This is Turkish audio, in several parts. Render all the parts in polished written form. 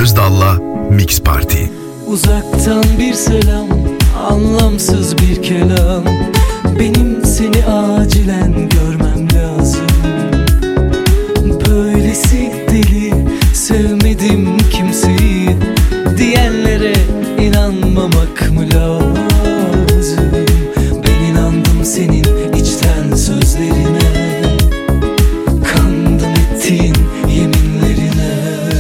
Özdal'la Mix Party. Uzaktan bir selam, anlamsız bir kelam. Benim seni acilen görmem lazım. Böylesi deli sevmedim kimseyi diyenlere inanmamak mı lazım? Ben inandım senin içten sözlerine, kandım ettiğin yeminlerine.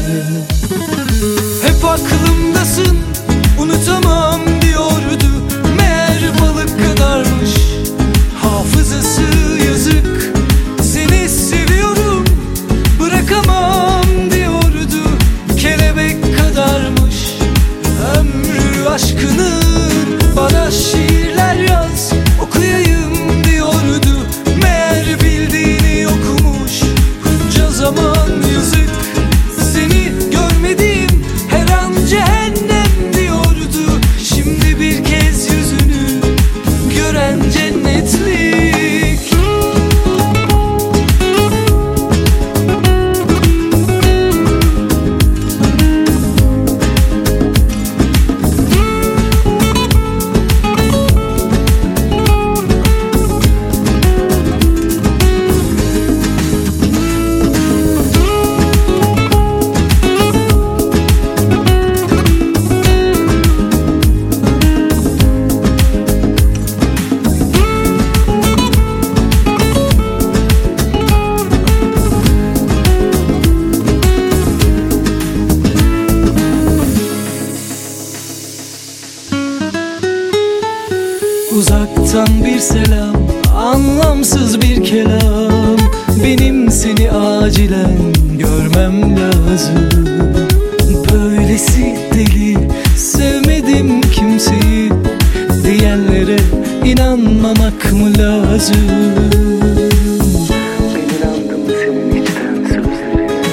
Hep aklımdasın, unutamam diyordu. Meğer balık kadarmış hafızası, yazık. Seni seviyorum, bırakamam diyordu. Kelebek kadarmış ömrü aşkının. Bana şiirler yaz, okuyayım diyordu. Meğer bildiğini okumuş bunca zaman, yazık. Seni görmediğim her an cehennem diyordu. Şimdi bir kez yüzünü gören cennetlik. Uzaktan bir selam, anlamsız bir kelam. Benim seni acilen görmem lazım. Böylesi deli sevmedim kimseyi diyenlere inanmamak mı lazım? Ben inandım senin içten sözlerine,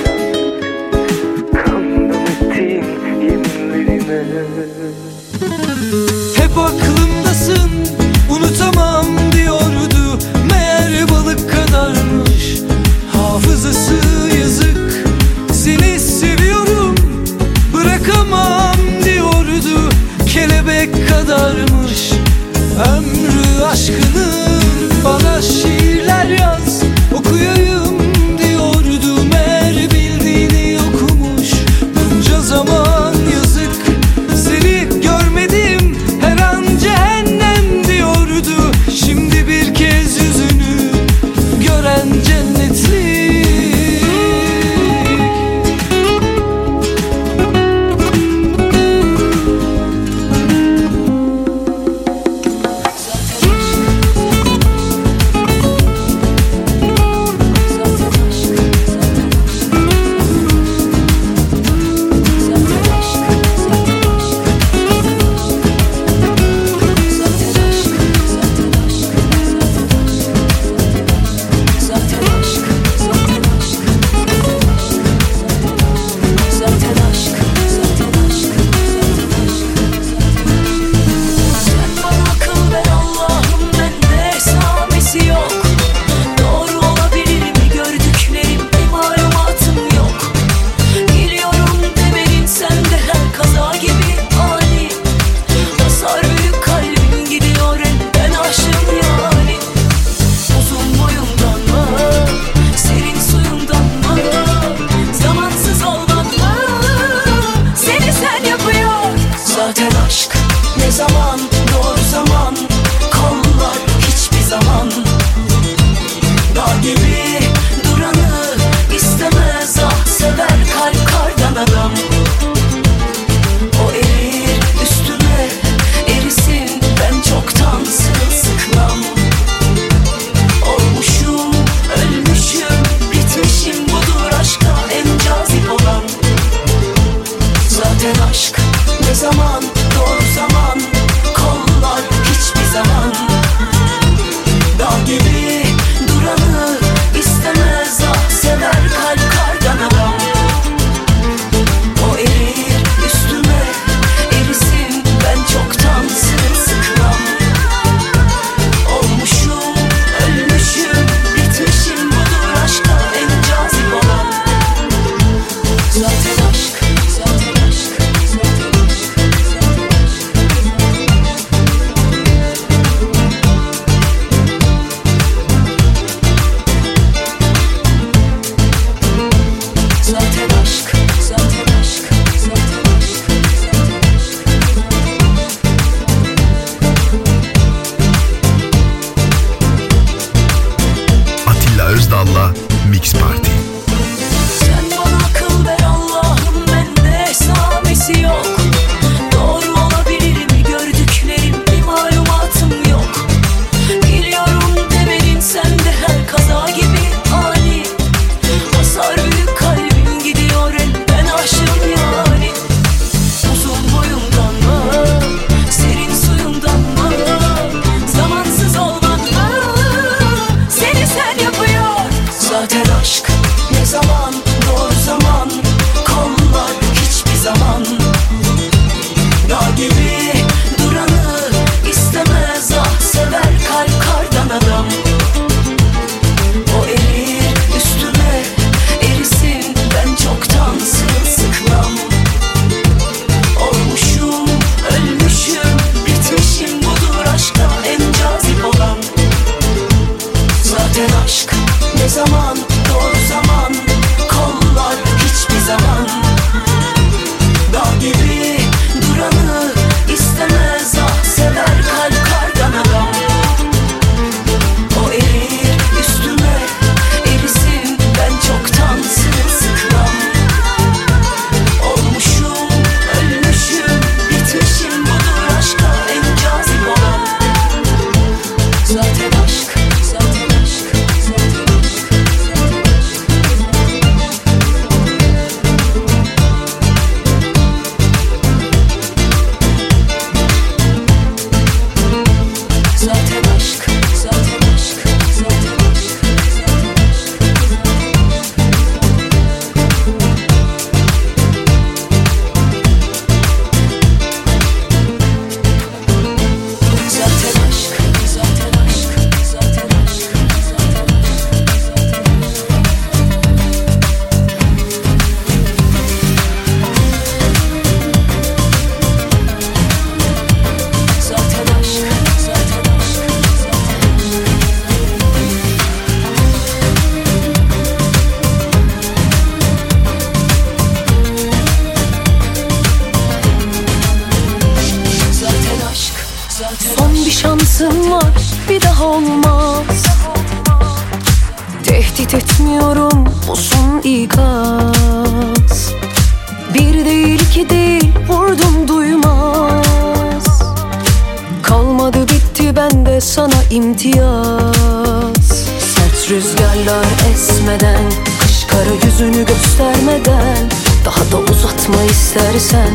kandım ettiğin yeminlerine. Hep aklımdasın, unutamam diyordu. Meğer balık kadarmış hafızası, yazık. Seni seviyorum. Zaten aşk ne zaman, doğru zaman, kollar hiçbir zaman. Dağ gibi duranı istemez, ah sever kalp kardan adam. O erir üstüme, erisin ben çoktan sırılsıklam. Olmuşum, ölmüşüm, bitmişim, budur aşka en cazip olan. Zaten aşk, zaten aşk, zaten aşk, zaten aşk, zaten aşk, zaten aşk, zaten aşk, zaten aşk, zaten aşk, zaten aşk, zaten aşk, zaten aşk, zaten Son bir şansım var, bir daha olmaz. Tehdit etmiyorum, bu son ikaz. Bir değil iki değil, vurdum duymaz. Kalmadı bitti bende sana imtiyaz. Sert rüzgarlar esmeden, kış kara yüzünü göstermeden, daha da uzatma istersen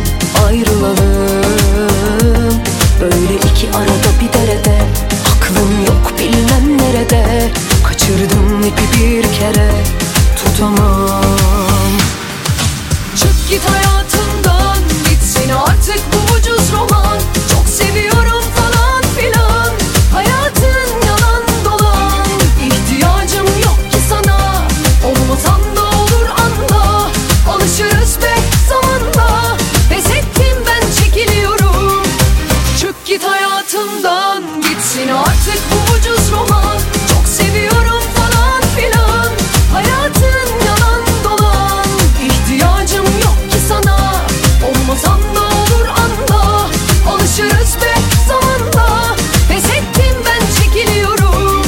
ayrılalım. Böyle iki arada bir derede, aklım yok bilmem nerede. Kaçırdım ipi bir kere, tutamam. Çık git hayatımdan, bitsin artık bu ucuz roman. Çok seviyorum falan filan, hayatın yalan dolan. İhtiyacım yok ki sana, olmasan da olur anla. Alışırız be zamanla, pes ettim ben çekiliyorum. Çık git hayatımdan, bitsin artık bu ucuz roman. Çok seviyorum falan filan, hayatın yalan dolan. İhtiyacım yok ki sana, olmasan da olur anla. Alışırız be zamanla, pes ettim ben çekiliyorum.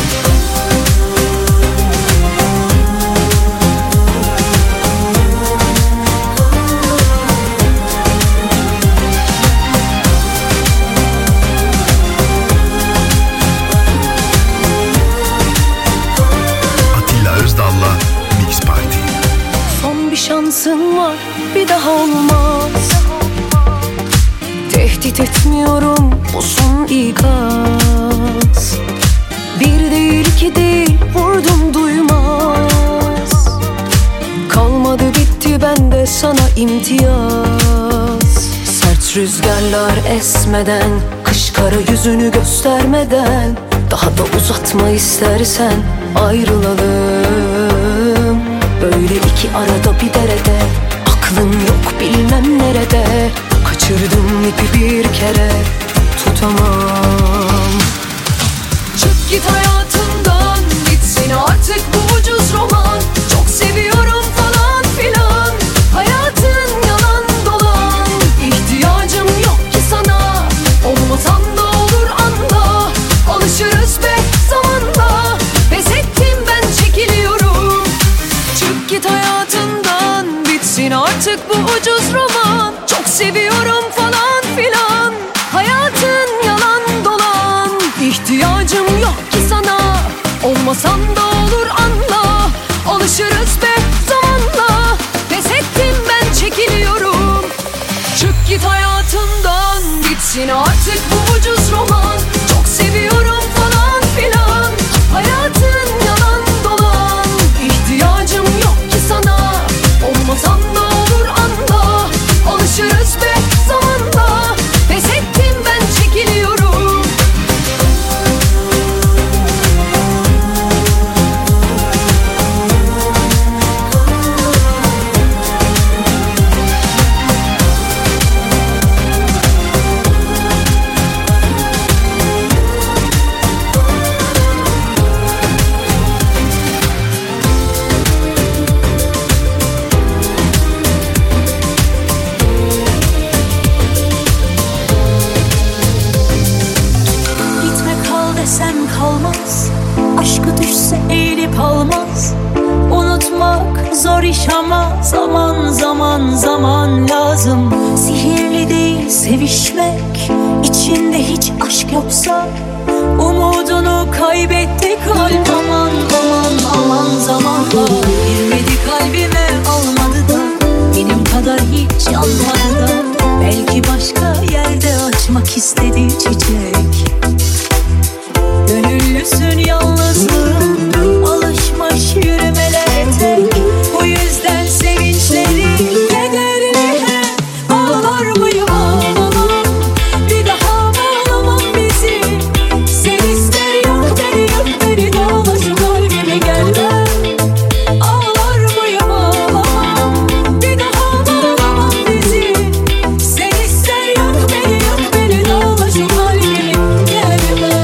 Atilla Özdal'la Mix Party. Son bir şansın var, bir daha olmaz. Tehdit etmiyorum, bu son ikaz. Bir değil iki değil, vurdum duymaz. Kalmadı bitti bende sana imtiyaz. Sert rüzgarlar esmeden, kış kara yüzünü göstermeden, daha da uzatma istersen ayrılalım. Böyle iki arada bir derede, aklım yok bilmem nerede. Kaçırdım ipi bir kere, tutamam. Çık git hayatımdan, bitsin artık bu ucuz roman. Çok seviyorum falan filan, hayatın yalan dolan. İhtiyacım yok ki sana, olmasan da olur anla. Alışırız be zamanla, pes ettim ben çekiliyorum. Çık git hayatımdan, bitsin artık bu ucuz roman. Çok seviyorum falan filan, hayatın yalan dolan. İhtiyacım yok ki sana, olmasan da olur anla. Alışırız be zamanla, pes ettim ben çekiliyorum. Çık git hayatımdan, bitsin artık bu ucuz roman. Çok seviyorum falan filan, hayatın yalan dolan. İhtiyacım yok ki sana, olmasan da olur anla. Alışırız be zamanla, pes ettim ben çekiliyorum. düşse eğilip almaz. Unutmak zor iş ama zaman zaman zaman lazım. Sihirli değil sevişmek, içinde hiç aşk yoksa. Umudunu kaybetti kalp, aman aman aman zamanla. Girmedi kalbime almadı da, benim kadar hiç yanmadı da. Belki başka yerde açmak istedi çiçek. Gönüllüsün yalnızlığın, alışmış yürümelere tek. Bu yüzden sevinçleri, kederini hep ağlar mıyım ağlamam. Bir daha bağlamam bizi. Sen ister yak beni, yak beni, dağla şu kalbimi gelmem. Ağlar mıyım ağlamam. Bir daha bağlamam bizi. Sen ister yak beni, yak beni, dağla şu kalbimi gelmem.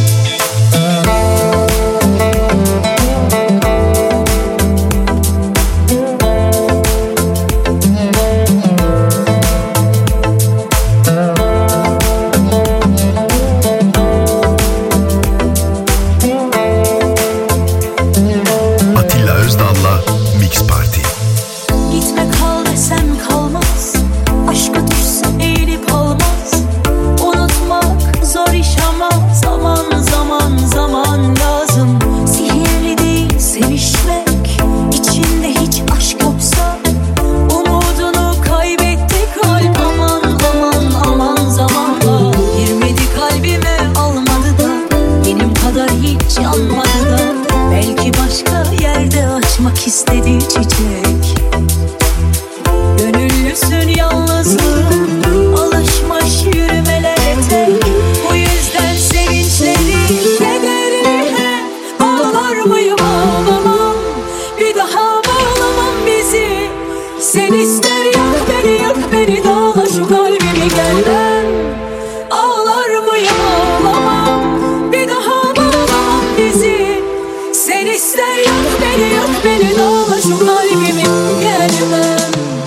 Atilla Özdal'la Mix Party. Gitme kal desem kalmaz. Aşka düşse eğilip almaz. Unutmak zor iş ama zaman zaman zaman lazım. Sihirli değil sevişmek, içinde hiç aşk yoksa. Umudunu kaybetti kalp, aman aman aman zamanla. Girmedi kalbime almadı da, benim kadar hiç yanmadı da. Belki başka yerde açmak istedi çiçek. Gönüllüsün yalnızlığın, alışmış yürümelere tek. Bu yüzden sevinçleri, kederini hep ağlar mıyım ağlamam. Bir daha bağlamam bizi. Sen ister yak beni, yak beni, dağla şu kalbimi gelmem. Ağlar mıyım ağlamam. Bir daha bağlamam bizi. Sen ister yak beni, yak beni, dağla şu kalbimi gelmem.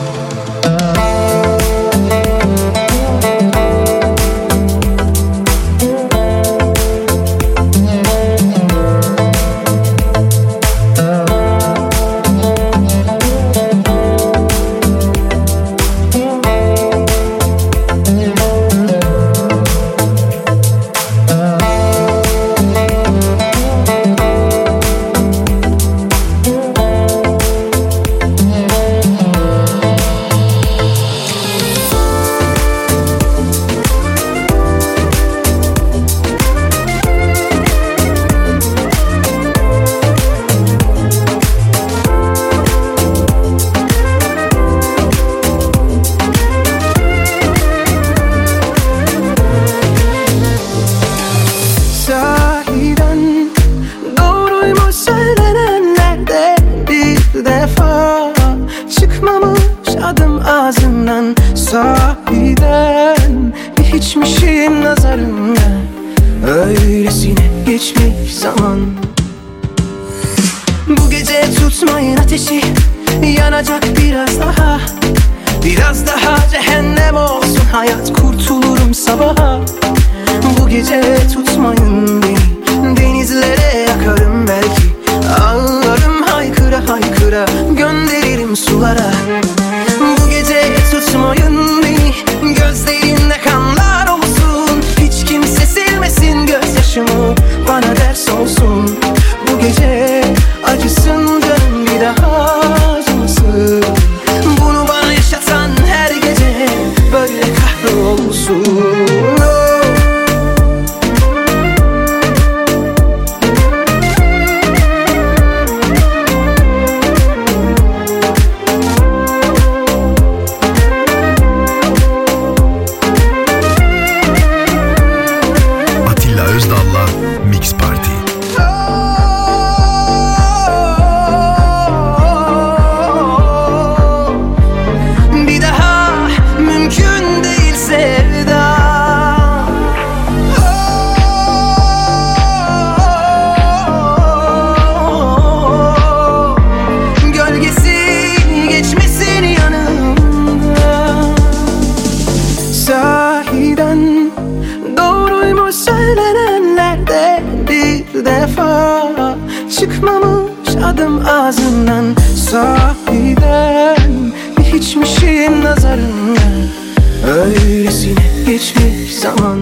Sahiden doğruymuş söylenenlerde, bir defa çıkmamış adım ağzından. Sahiden bir hiçmişim nazarımda, öylesine geçmiş zaman. Bu gece tutmayın ateşi, yanacak biraz daha. Biraz daha cehennem olsun hayat, kurtulurum sabaha. Bu gece tutmayın beni, denizlere yakarım belki. Ağlarım haykıra haykıra, gönderirim sulara. Bu gece tutmayın beni, gözlerinde kanlar olsun. Hiç kimse silmesin gözyaşımı, bana ders olsun. Bu gece acısın canım, bir daha acımasın. Bunu bana yaşatan her gece böyle kahrolsun. Atilla Özdal'la Mix Party. çıkmamış adım ağzından. Sahiden hiçmişim nazarından, öylesine hiçbir zaman.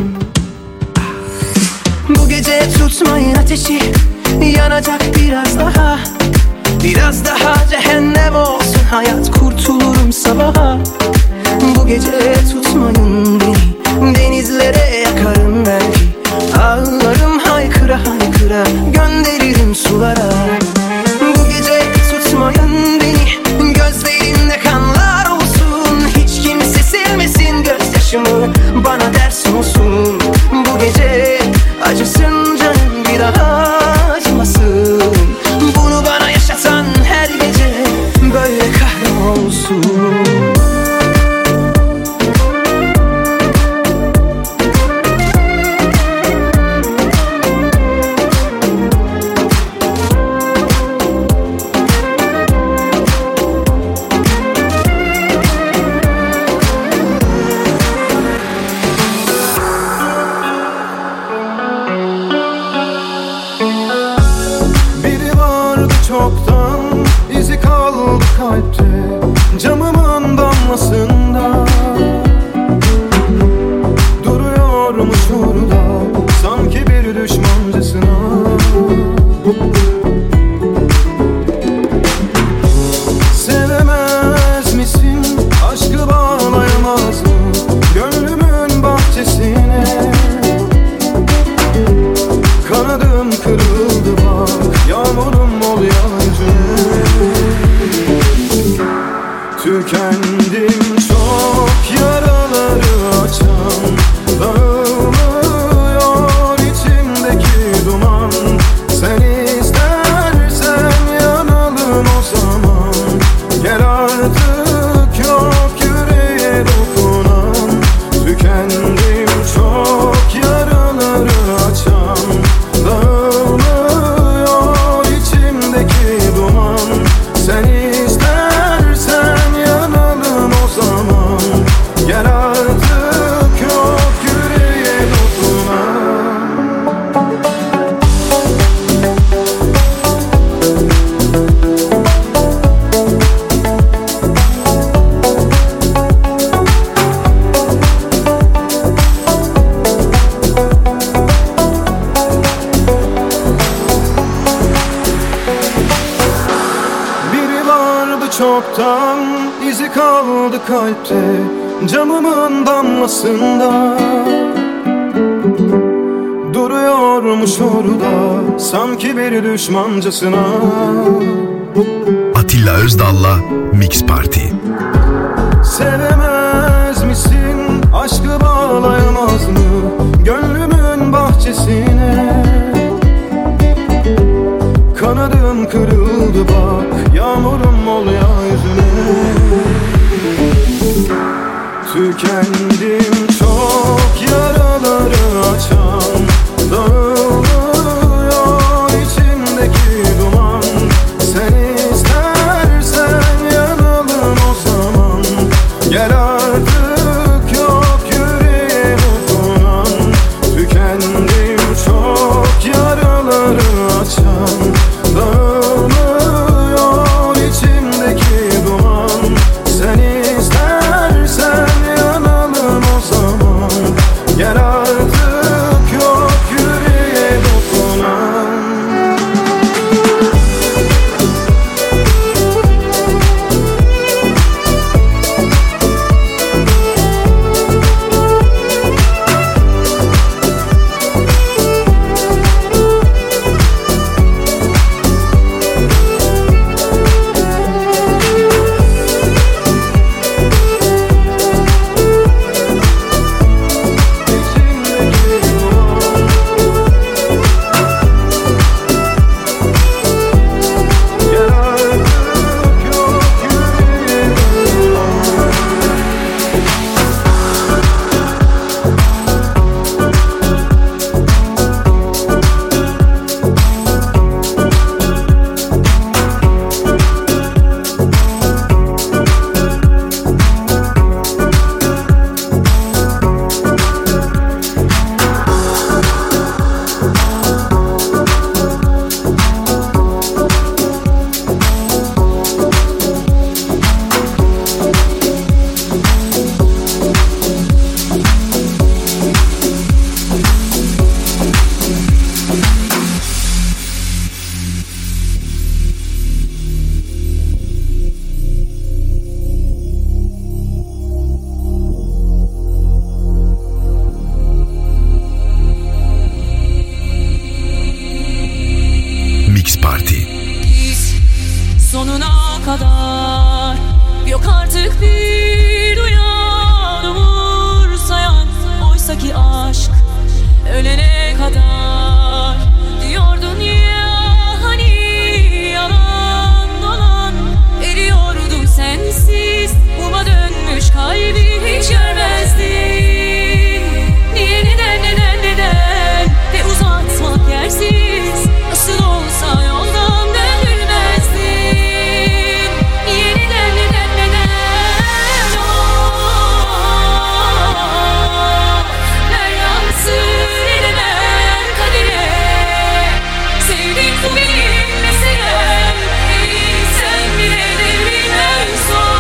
Bu gece tutmayın ateşi, yanacak biraz daha. Biraz daha cehennem olsun hayat, kurtulurum sabaha. Bu gece tutmayın beni, denizlere yakarım belki. Ağlarım haykıra haykıra, gönderirim sulara. Bu gece tutmayın beni, gözlerimde kanlar olsun. Hiç kimse silmesin gözyaşımı, bana ders olsun. Bu gece acısın canım, bir daha acımasın. Bunu bana yaşatan her gece böyle kahrolsun. Çoktan izi kaldı kalpte, camımın damlasında. Duruyormuş orada, sanki bir düşmancasına. Sevemez misin, aşkı bağlayamaz mı gönlümün bahçesine? Kanadım kırıldı bak, yağmurum ol yağcı. Tükendim çok, yaraları açan dağılıyor içimdeki duman. Sen istersen yanalım o zaman, gel artık yok yüreğe dokunan. Tükendim çok, yaraları açan dağılıyor içimdeki duman. Sen istersen yanalım o zaman, gel artık yok yüreğe dokunan. Biri vardı çoktan, izi kaldı kalpte, camımın damlasında. Duruyormuş orada, sanki bir düşmancasına. Atilla Özdal'la Mix Party. Sevemez misin, aşkı bağlayamaz mı gönlümün bahçesine? Kanadım kırıldı bak, yağmurum ol yüzüne. Tükendim çok, yaraları açan dağılıyor içimdeki duman. Sen istersen yanalım o zaman, gel artık yok yüreğe dokunan. Tükendim çok, yaraları açan dağılıyor içimdeki duman. Sen istersen yanalım o zaman. Parti. Sonuna kadar yok artık bir duyan umursayan. Oysaki aşk ölene kadar diyordun ya, hani yalan dolan. Eriyordum sensiz, uma dönmüş kalbi hiç görmezdin. Niye, neden ve uzatmak yersiz, nasıl olsa yoldan döndürmezdin. Niye, neden ver yansın edemem kadere. Sevdim bu benim meselem, sen bile devrimem son.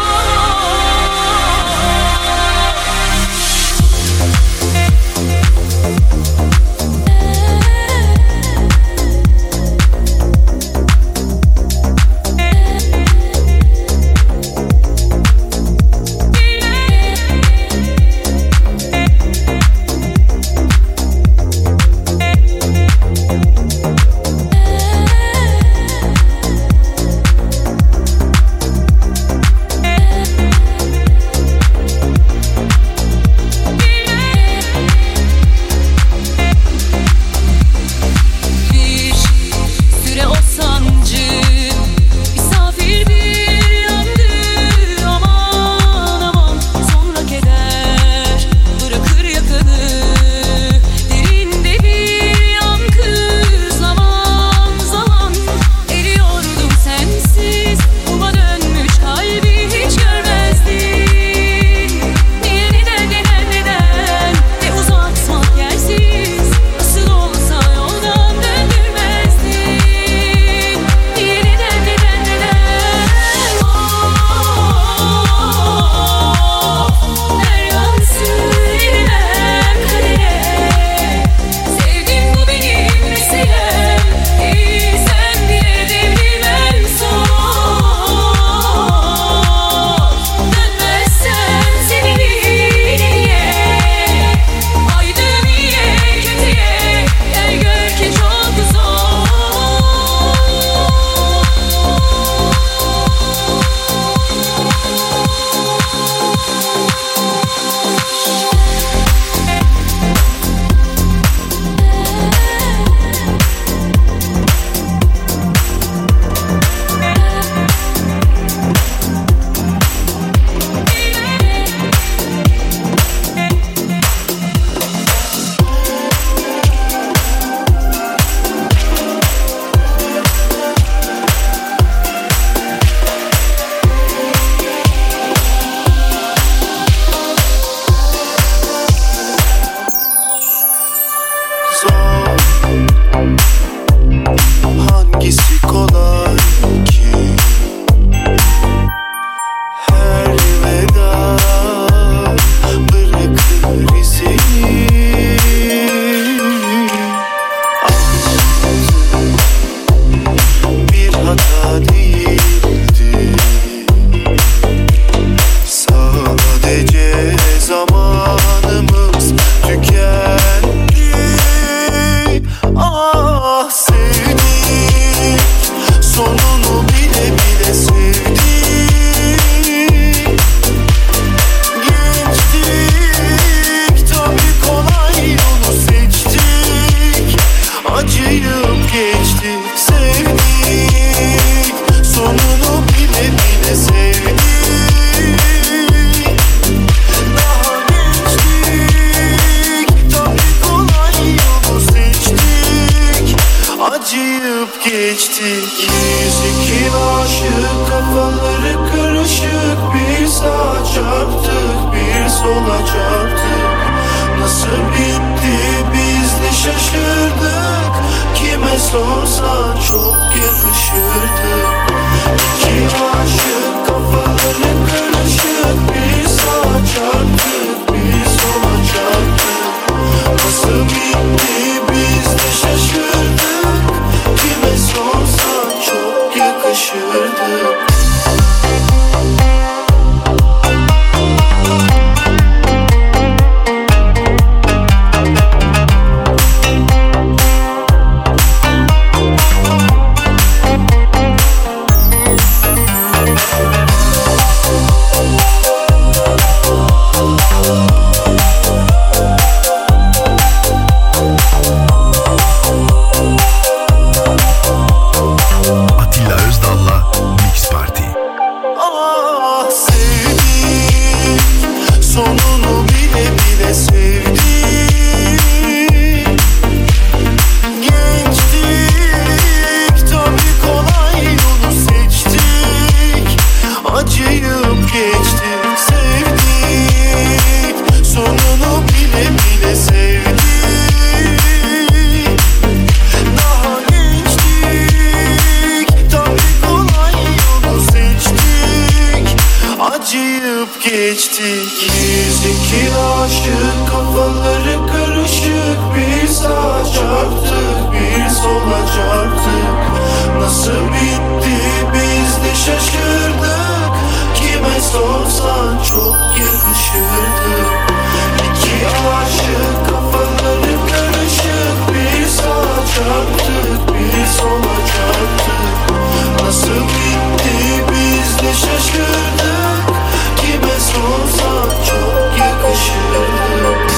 Bir süre o sancı misafir bir yandı, aman sonra keder bırakır yakanı. Derinde bir yankı, zaman eriyordum sensiz, uma dönmüş kalbi hiç görmezdin. Niye, neden ve uzatmak yersiz, nasıl olsa yoldan döndürmezdin. Niye, neden ver yansın edemem kadere. Sevdim bu benim meselem, sen bile devrimem son. Dönmezsem sevinir diye, aydım iyiye kötüye, gel gör ki çok zor. Zor, hangisi kolay ki? Her veda bırakır izini. Anladım, bir hata değildi, sadece zamanımız tükendi. Ah sevdik, sonunu bile bile sevdik. Geçtik, tabii kolay yolu seçtik. Acıyıp geçtik, sevdik, sonunu bile bile sevdik. Daha geçtik, tabii kolay yolu seçtik. Acıyıp geçtik. Biz iki aşık, kafaları karışık, bir sağa çarptık, bir sola çarptık. Nasıl bitti biz de şaşırdık, kime sorsan çok yakışırdık. İki aşık, kafaları karışık, bir sağa çarptık, bir sola çarptık. Nasıl bitti biz de şaşırdık, kime sorsan çok yakışırdık. geçtik. Biz iki aşık, kafaları karışık, bir sağa çarptık, bir sola çarptık. Nasıl bitti biz de şaşırdık. Kime sorsan çok yakışırdık. İki aşık, kafaları karışık, bir sağa çarptık, bir sola çarptık. Nasıl bitti biz de şaşırdık. Kime sorsan çok yakışırdık.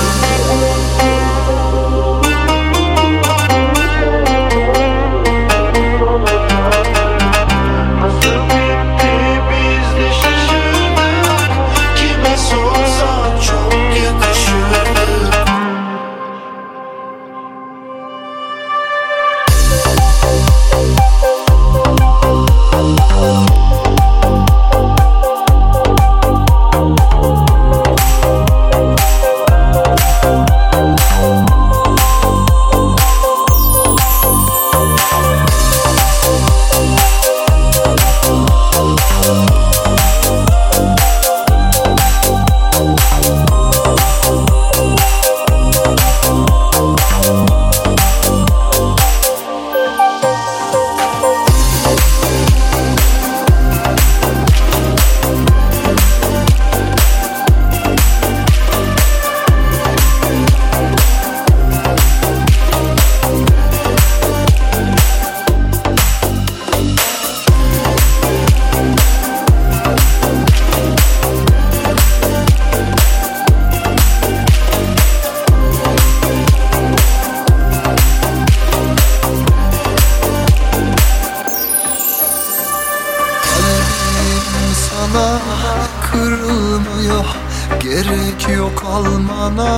Kırılmıyor, gerek yok almana.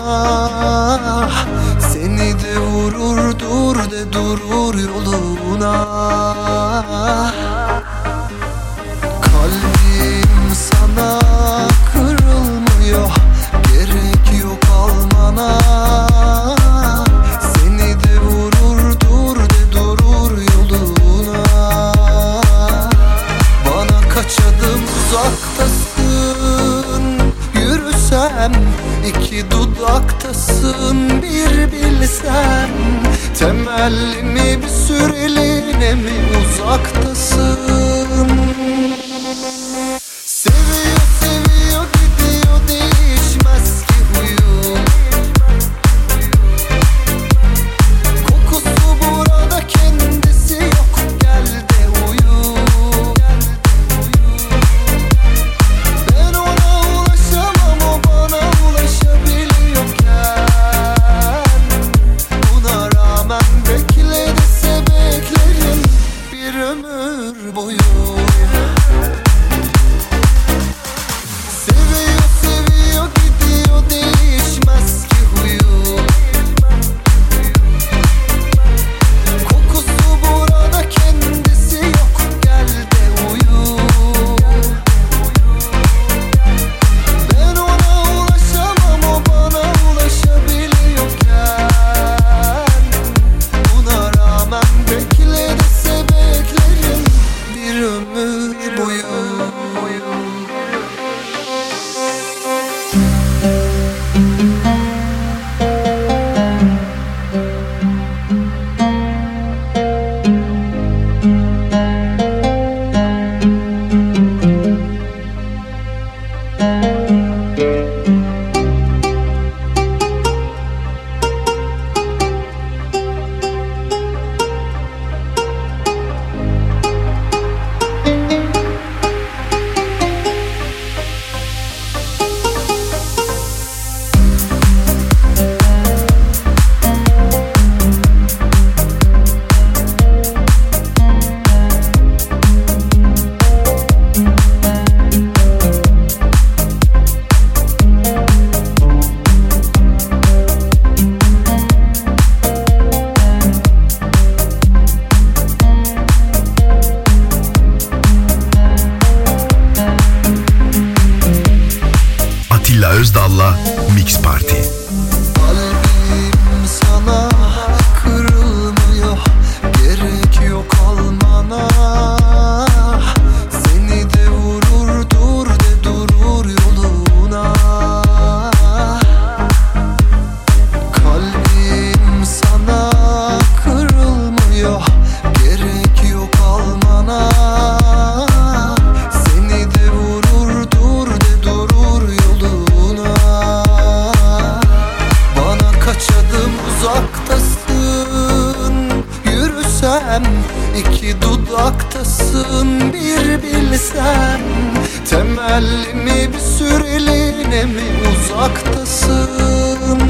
Seni de vurur, dur de durur yoluna. Kalbim sana kırılmıyor, gerek yok almana. Seni de vurur, dur de durur yoluna. Bana kaç adım uzaktasın, yürüsem iki dudaktasın. Bir bilsem temelli mi bir süreliğine mi uzaktasın. Seviyor seviyor gidiyor, değişmez ki huyu. Kokusu burada, kendisi yok, gel de uyu. Ben ona ulaşamam, o bana ulaşabiliyorken. Buna rağmen bekle dese beklerim bir ömür boyu. Seviyor seviyor gidiyor, değişmez ki huyu. Kokusu burada, kendisi yok, gel de uyu. Ben ona ulaşamam, o bana ulaşabiliyorken. Buna rağmen bekle dese beklerim bir ömür boyu. Atilla Özdal'la Mix Party. Kalbim sana kırılmıyor, gerek yok almana. Seni de vurur, dur de durur yoluna. uzaktasın bir bilsen. Temelli mi bir süreliğine mi uzaktasın?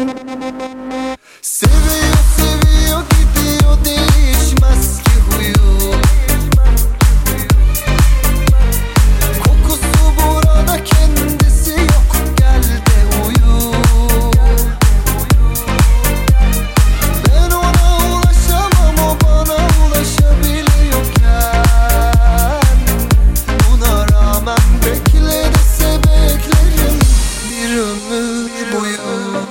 Seviyor seviyor gidiyor değişmez ki huyu. Kokusu burada kendisi yok, gel de uyu. Ben ona ulaşamam, o bana ulaşabiliyorken. Buna rağmen bekle dese beklerim bir ömür boyu.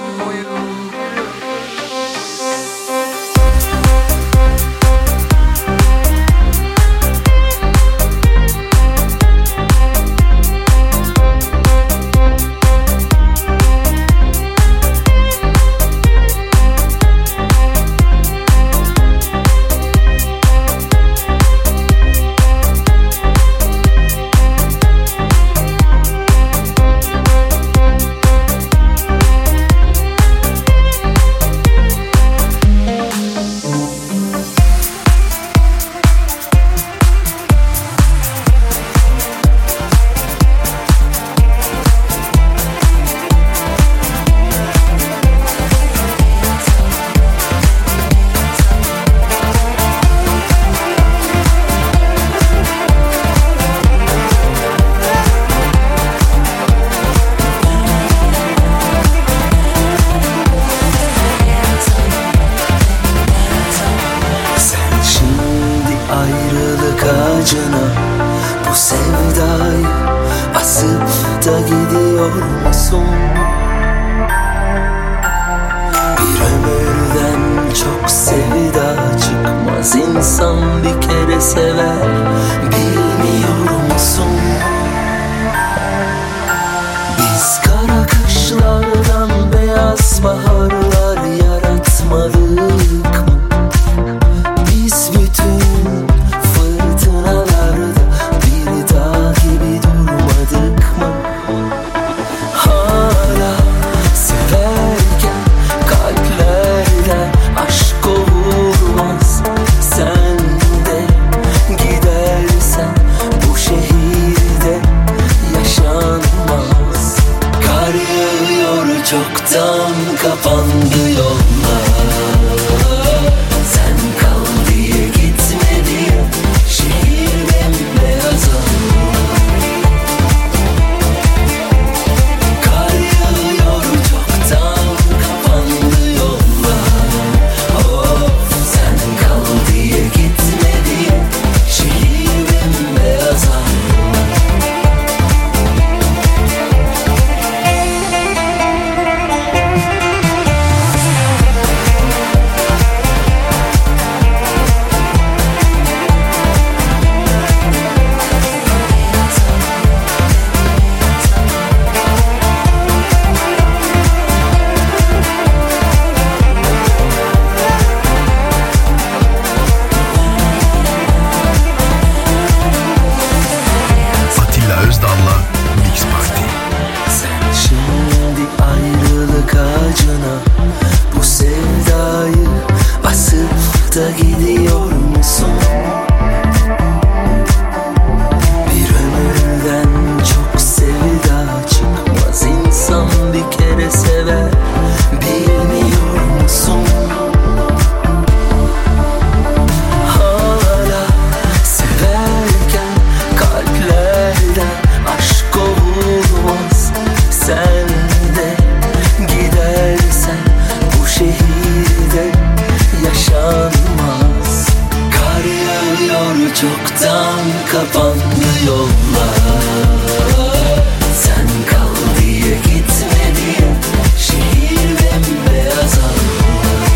Bu sevdayı asıp da gidiyor musun? Bir ömürden çok sevda çıkmaz, insan bir kere sever, bilmiyor musun? Biz kara kışlardan beyaz baharlar yaratmadık mı? Biz bütün fırtınalarda bir dağ gibi durmadık mı? Hala severken kalplerden aşk olmaz. Sen de gidersen bu şehirde yaşanmaz. Kar yağıyor, çoktan kapandı yollar. Sen kal diye gitme diye şehir bembeyaz olur. Kar yağıyor, çoktan kapandı yollar. Of, sen kal diye gitme diye şehir bembeyaz olur. Atilla Özdal'la Mix Party. Sen şimdi ayrılık ağacına bu sevdayı asıp da gidiyor musun? Bir ömürden çok sevda çıkmaz, insan bir kere sever, bilmiyor musun? Hala severken kalplerden aşk olmaz. Sen de gidersen bu şehirde yaşanmaz. Kar yağıyor, çoktan kapandı yollar. Sen kal diye gitme diye şehir bembeyaz olur.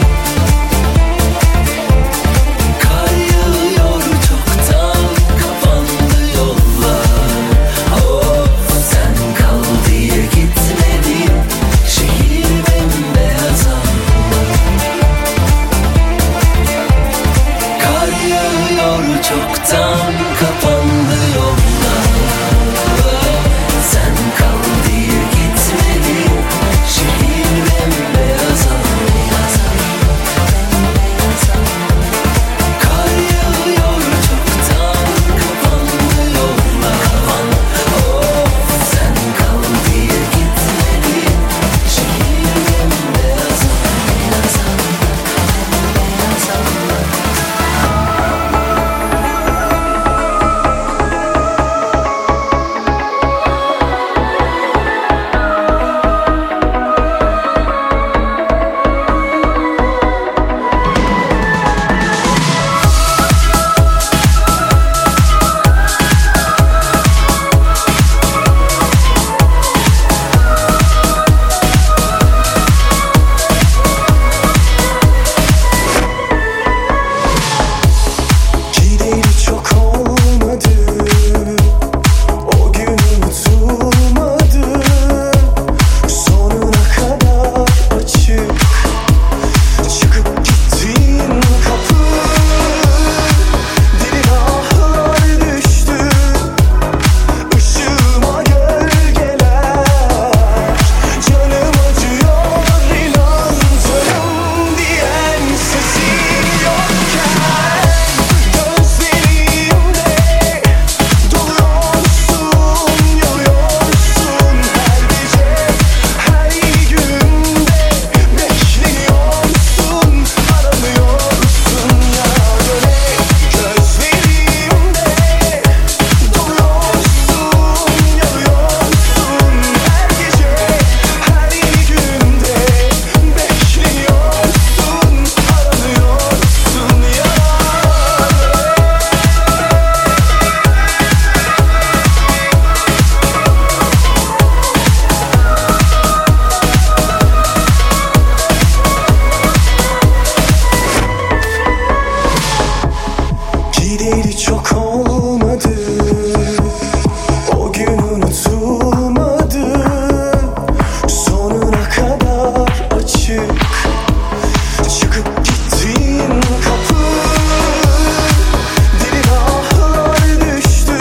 Kar yağıyor, çoktan kapandı yollar. Of, sen kal diye gitme diye şehir bembeyaz olur. Kar yağıyor, çoktan kapandı yollar. Sen kal diye gitme diye şehir bembeyaz olur. Kar yağıyor, çoktan yok olmadı. O gün unutulmadı. Sonuna kadar açık çıkıp gittiğin kapı. Derin ahlar düştü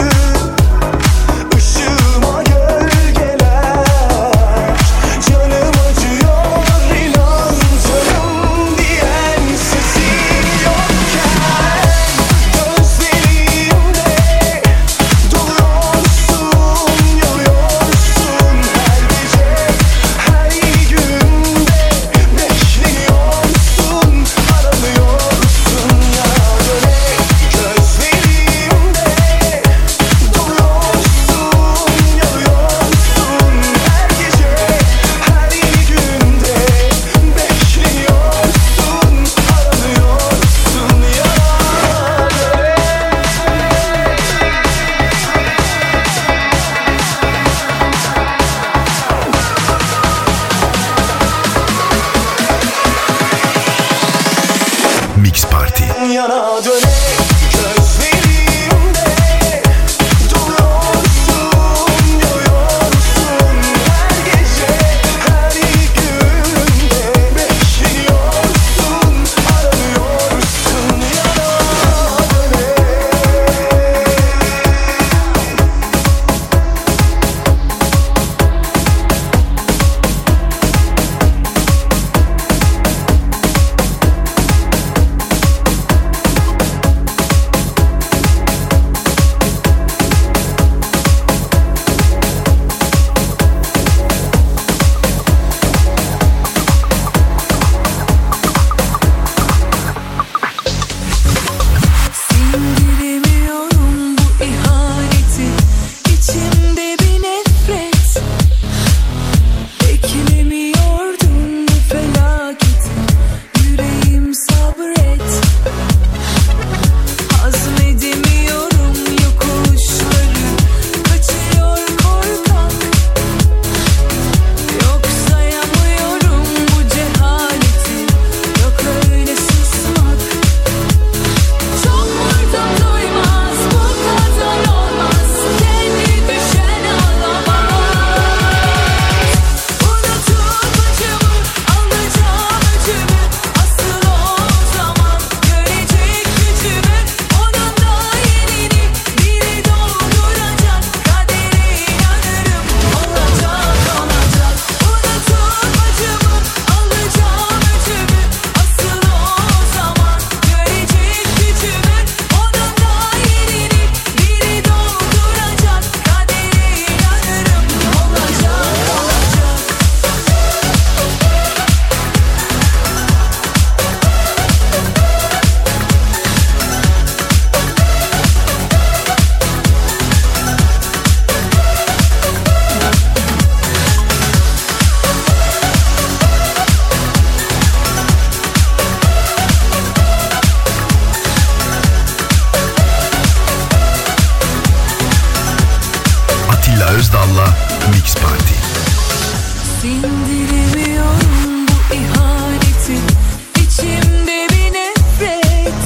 ışığıma gölgeler. Canım acıyor inan canım diyen sesin yokken. Gözlerimde doluyorsun, yanıyorsun her gece, her günde bekliyorsun, aranıyorsun ya böyle. Gözlerimde doluyorsun, yanıyorsun her gece, her günde bekliyorsun, aranıyorsun ya Mix Party. yana döne. Gözlerimde doluyorsun, yanıyorsun her gece, her günde bekliyorsun, aranıyorsun yana döne. Sindiremiyorum bu ihaneti, içimde bir nefret. Beklemiyordum bu felaketi, yüreğim sabret. Hazmedemiyorum yokuşları, kaçıyor korkak. Yok sayamıyorum bu cehaleti, yok öyle susmak. Çok vurdum duymaz, bu kadar olmaz, kendi düşen ağlamaz. Unutup acımı, alacağım öcümü, asıl o zaman görecek gücümü. Onun da yenini biri dolduracak, kadere inanırım, olacak olacak. Unutup acımı, alacağım öcümü, asıl o zaman görecek gücümü. Onun da yenini biri dolduracak, kadere inanırım, olacak olacak. Atilla Özdal'la Mix Party. Sindiremiyorum bu ihaneti, içimde bir nefret.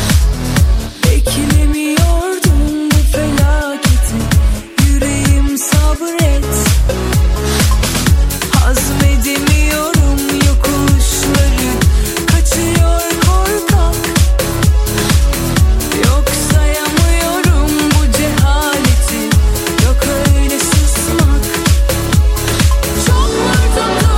Beklemiyordum bu felaketi, yüreğim sabret. Hazmedemiyorum yokuşları, kaçıyor korkak. Yok sayamıyorum bu cehaleti, yok öyle susmak. Çok vurdum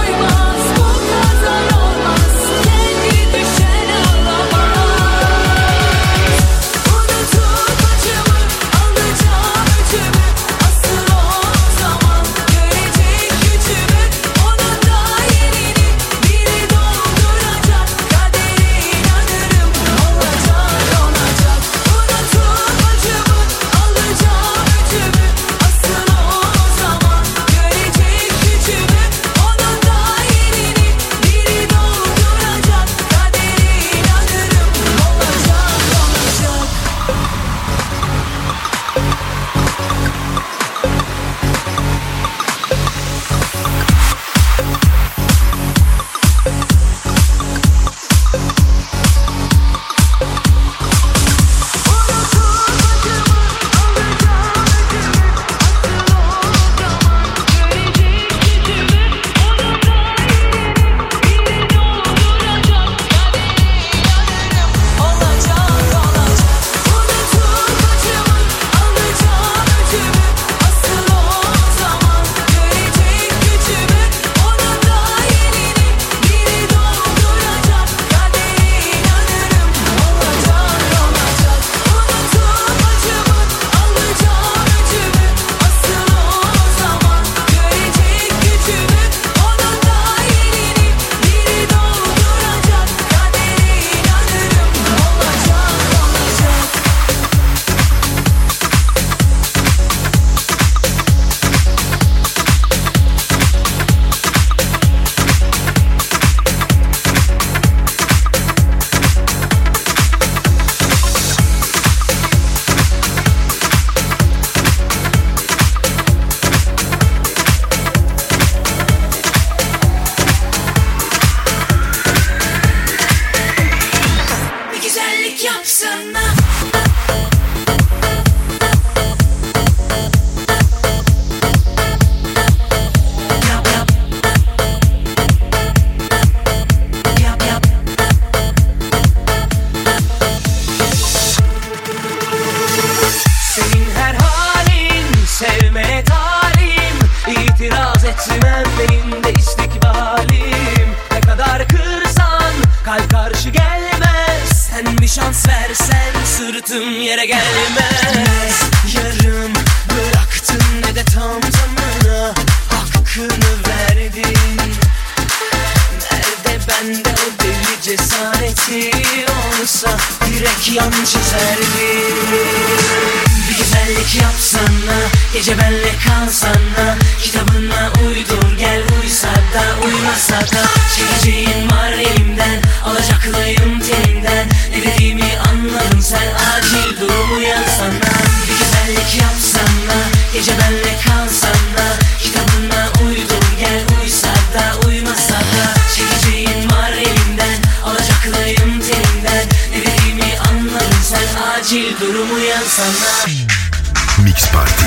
şans versen sırtım yere gelmez. Yarım bıraktın ne de tam tamına hakkını verdin. Nerede bende o deli cesareti olsa direkt yan çizerdim. Bir güzellik yapsana, gece benle kalsana, kitabına uydur gel uysa da uymasa da. Çekeceğin var elimden, alacaklıyım telinden. Ne dediğimi anladın sen, acil durum uyansana. Bir güzellik yapsana, gece benle kalsana, kitabına uydur gel uysa da uymasa da. Çekeceğin var elimden, alacaklıyım telinden. Ne dediğimi anladın sen, acil durum uyansana. Mix Party.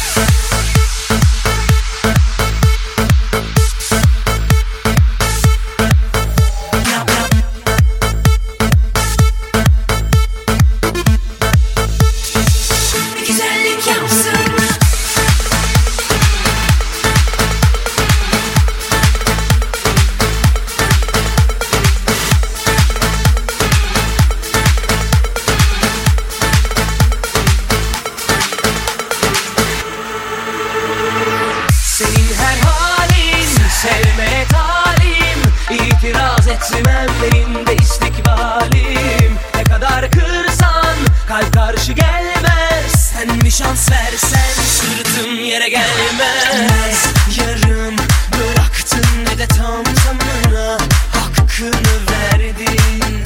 Etmem benim de istikbalim. Ne kadar kırsan kalp karşı gelmez. Sen bir şans versen sırtım yere gelmez. Yarım bıraktın ne de tam tamına hakkını verdin.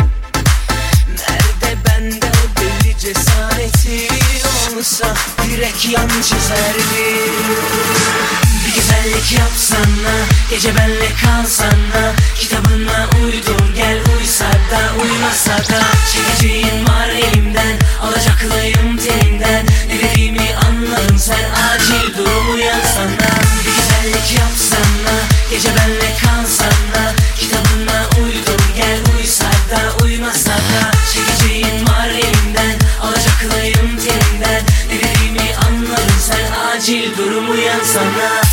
Nerede bende o deli cesareti olsa direkt yan çizerdim. Bir güzellik yapsana, gece benle kalsana, kitabına uydur gel uysa da uymasa da. Çekeceğin var elimden, alacaklıyım telinden. Ne dediğimi anladın sen, acil durum uyansana. Bir güzellik yapsana, gece benle kalsana, kitabına uydur gel uysa da uymasa da. Çekeceğin var elimden, alacaklıyım telinden. Ne dediğimi anladın sen, acil durum uyansana.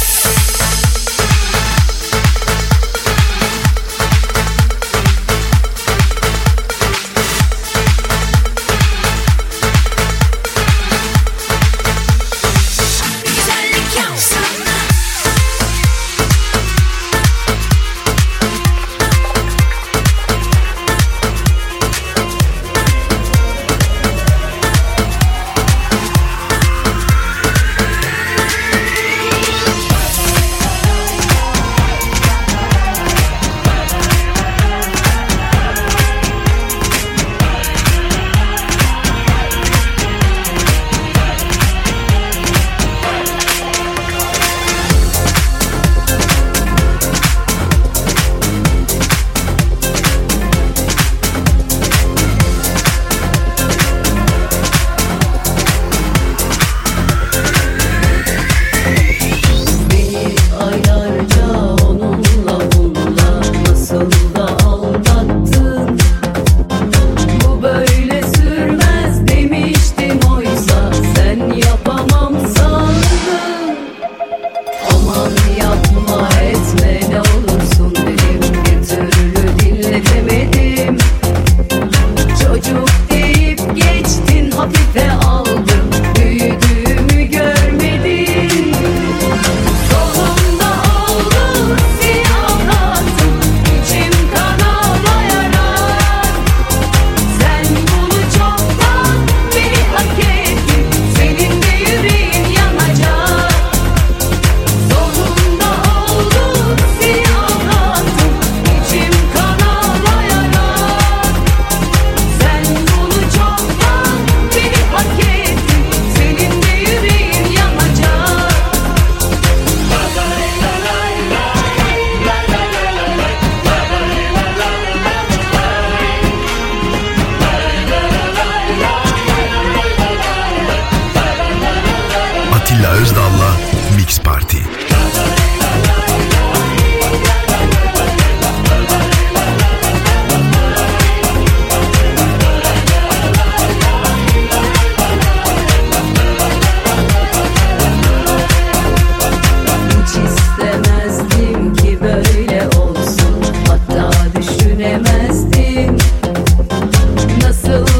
Düşünemezdim nasıl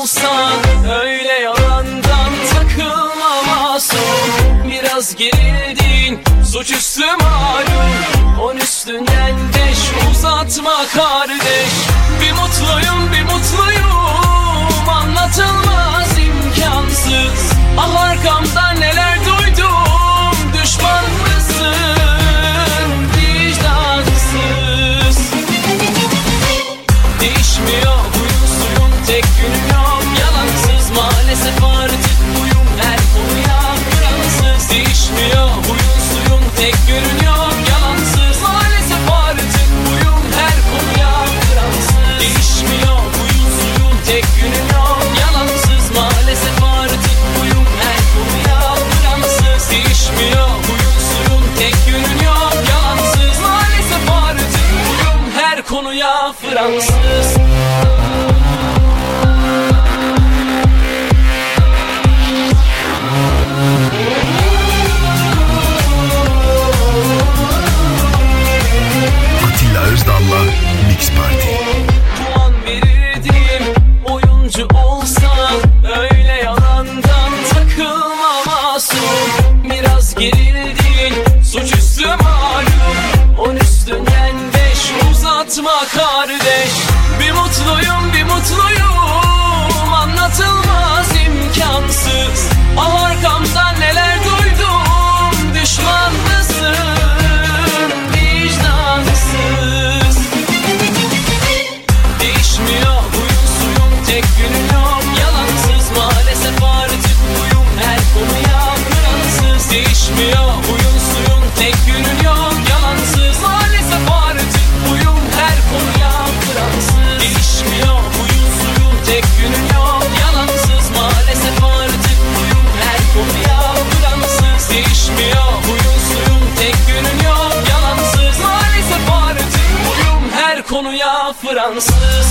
olsan öyle yalandan takılma masum. Biraz gerildin suçüstü malum, 10 üstünden 5 uzatma kardeş. Bir mutluyum bir mutluyum anlatılmaz imkansız. Ah arkamdan neler duydum, düşman mısın vicdansız. Değişmiyor huyun suyun tek günün yok, yalansız maalesef artık buyum her konuya Fransız. Değişmiyor huyun suyun tek günün yok, yalansız maalesef artık buyum her konuya Fransız. Değişmiyor huyun suyun tek günün yok, yalansız maalesef artık buyum her konuya Fransız. Değişmiyor huyun suyun tek günün yok, yalansız maalesef artık buyum her konuya Fransız. Atilla Özdal'la Mix Party. Puan verirdim oyuncu olsan öyle yalandan takılma masum. Biraz gerildin suçüstü malum, 10 üstünden 5 uzatma kardeş. Bir mutluyum bir mutluyum anlatılmaz imkansız. Ah arkamdan neler duydum, düşman mısın vicdansız. Değişmiyor huyun suyun tek günün yok, yalansız maalesef artık buyum her konuya Fransız. Değişmiyor huyun suyun tek günün yok, yalansız maalesef artık buyum her konuya Fransız. Değişmiyor huyun suyun tek günün yok, yalansız maalesef artık buyum her konuya Fransız. Değişmiyor huyun suyun tek günün yok, yalansız maalesef artık buyum her konuya Fransız.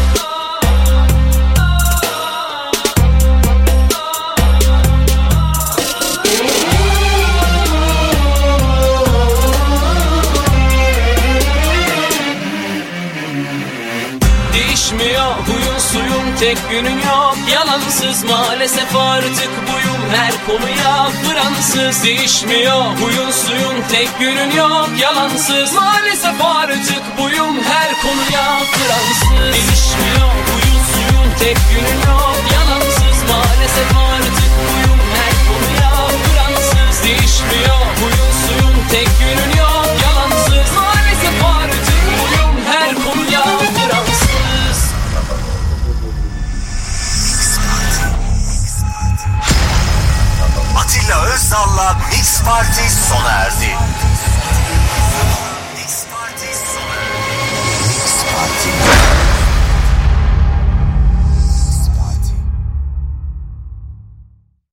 Değişmiyor huyun suyun tek günün yok, yalansız maalesef artık buyum her konuya Fransız. Değişmiyor huyun suyun tek günün yok, yalansız maalesef artık buyum her konuya Fransız. Değişmiyor huyun suyun tek günün yok,